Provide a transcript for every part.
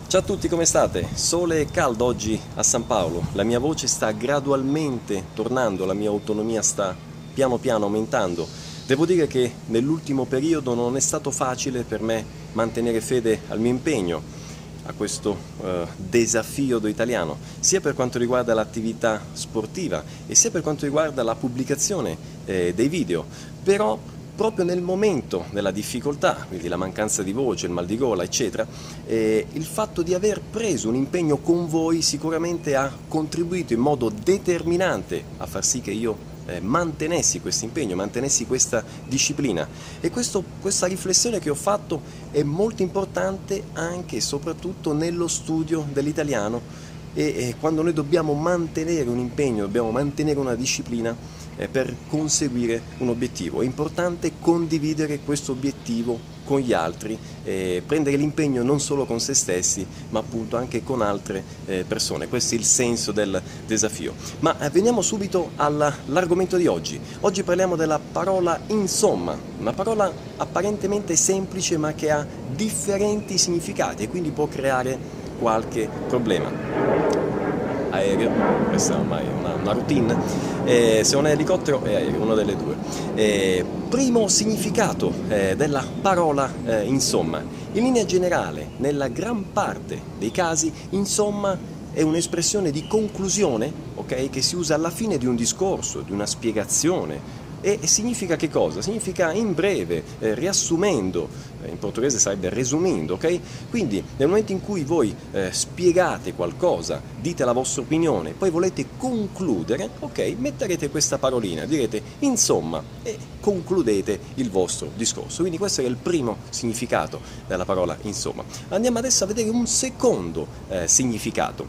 Ciao a tutti, come state? Sole e caldo oggi a San Paolo. La mia voce sta gradualmente tornando, la mia autonomia sta piano piano aumentando. Devo dire che nell'ultimo periodo non è stato facile per me mantenere fede al mio impegno, a questo desafio do italiano, sia per quanto riguarda l'attività sportiva e sia per quanto riguarda la pubblicazione dei video. Però proprio nel momento della difficoltà, quindi la mancanza di voce, il mal di gola, eccetera, il fatto di aver preso un impegno con voi sicuramente ha contribuito in modo determinante a far sì che io mantenessi questo impegno, mantenessi questa disciplina. E questa riflessione che ho fatto è molto importante anche e soprattutto nello studio dell'italiano e quando noi dobbiamo mantenere un impegno, dobbiamo mantenere una disciplina per conseguire un obiettivo. È importante condividere questo obiettivo con gli altri, prendere l'impegno non solo con se stessi, ma appunto anche con altre persone. Questo è il senso del desafio. Ma veniamo subito all'argomento di oggi. Oggi parliamo della parola insomma, una parola apparentemente semplice ma che ha differenti significati e quindi può creare qualche problema. Aereo, questa è ormai una routine, se non è elicottero è aereo, una delle due. Primo significato della parola insomma. In linea generale, nella gran parte dei casi, insomma è un'espressione di conclusione, ok, che si usa alla fine di un discorso, di una spiegazione. E significa che cosa? Significa in breve, riassumendo, in portoghese sarebbe resumindo, ok? Quindi nel momento in cui voi spiegate qualcosa, dite la vostra opinione, poi volete concludere, ok? Metterete questa parolina, direte insomma e concludete il vostro discorso. Quindi questo è il primo significato della parola insomma. Andiamo adesso a vedere un secondo significato.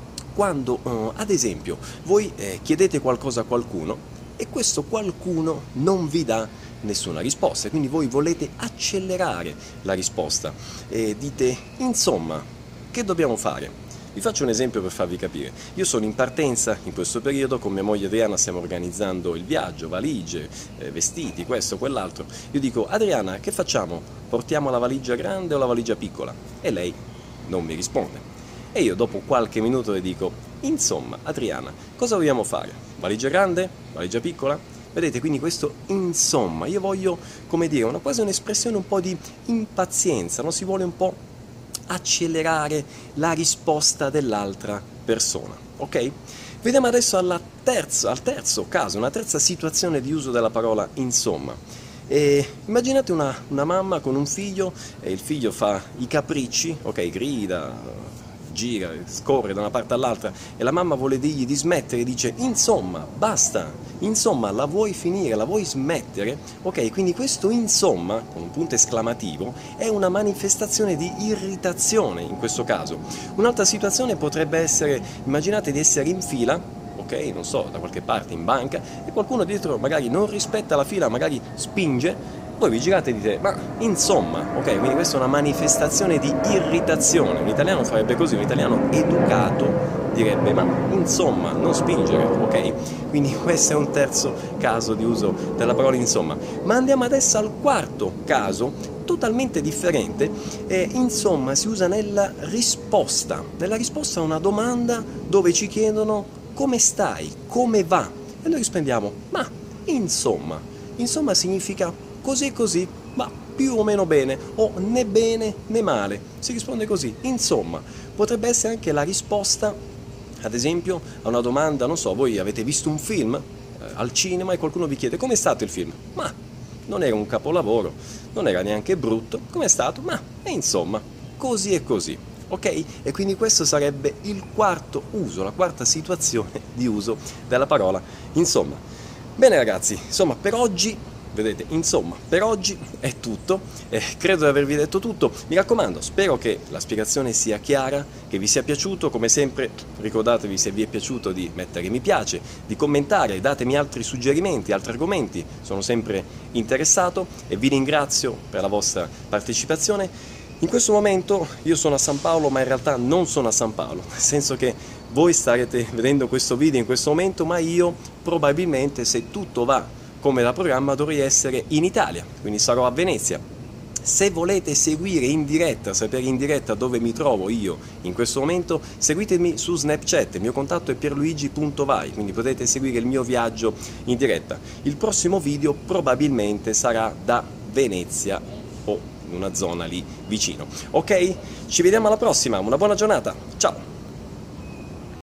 Quando ad esempio voi chiedete qualcosa a qualcuno e questo qualcuno non vi dà nessuna risposta, quindi voi volete accelerare la risposta e dite insomma, che dobbiamo fare? Vi faccio un esempio per farvi capire. Io sono in partenza in questo periodo, con mia moglie Adriana stiamo organizzando il viaggio, valigie, vestiti, questo, quell'altro. Io dico Adriana, che facciamo? Portiamo la valigia grande o la valigia piccola? E lei non mi risponde. E io dopo qualche minuto le dico, insomma, Adriana, cosa vogliamo fare? Valigia grande? Valigia piccola? Vedete, quindi questo insomma, io voglio, come dire, quasi un'espressione un po' di impazienza, no? Si vuole un po' accelerare la risposta dell'altra persona, ok? Vediamo adesso al terzo caso, una terza situazione di uso della parola insomma. Immaginate una mamma con un figlio e il figlio fa i capricci, ok, grida, gira, scorre da una parte all'altra e la mamma vuole dirgli di smettere, dice insomma, basta, insomma, la vuoi finire, la vuoi smettere? Ok, quindi questo insomma, con un punto esclamativo, è una manifestazione di irritazione in questo caso. Un'altra situazione potrebbe essere, immaginate di essere in fila, ok, non so, da qualche parte in banca e qualcuno dietro magari non rispetta la fila, magari spinge. Voi vi girate e dite, ma insomma, ok, quindi questa è una manifestazione di irritazione. Un italiano farebbe così, un italiano educato direbbe, ma insomma, non spingere, ok? Quindi questo è un terzo caso di uso della parola insomma. Ma andiamo adesso al quarto caso, totalmente differente. Insomma, si usa nella risposta a una domanda dove ci chiedono come stai, come va? E noi rispondiamo, ma insomma significa così e così, ma più o meno bene, o né bene né male. Si risponde così, insomma. Potrebbe essere anche la risposta, ad esempio, a una domanda, non so, voi avete visto un film al cinema e qualcuno vi chiede com'è stato il film? Ma non era un capolavoro, non era neanche brutto, com'è stato? Ma insomma, così e così. Ok? E quindi questo sarebbe il quarto uso, la quarta situazione di uso della parola insomma. Bene ragazzi, insomma per oggi vedete, insomma, per oggi è tutto, credo di avervi detto tutto, mi raccomando, spero che la spiegazione sia chiara, che vi sia piaciuto, come sempre ricordatevi se vi è piaciuto di mettere mi piace, di commentare, datemi altri suggerimenti, altri argomenti, sono sempre interessato e vi ringrazio per la vostra partecipazione. In questo momento io sono a San Paolo, ma in realtà non sono a San Paolo, nel senso che voi starete vedendo questo video in questo momento, ma io probabilmente, se tutto va come da programma, dovrei essere in Italia, quindi sarò a Venezia. Se volete seguire in diretta, sapere in diretta dove mi trovo io in questo momento, seguitemi su Snapchat, il mio contatto è pierluigi.vai, quindi potete seguire il mio viaggio in diretta. Il prossimo video probabilmente sarà da Venezia o in una zona lì vicino. Ok? Ci vediamo alla prossima, una buona giornata, ciao!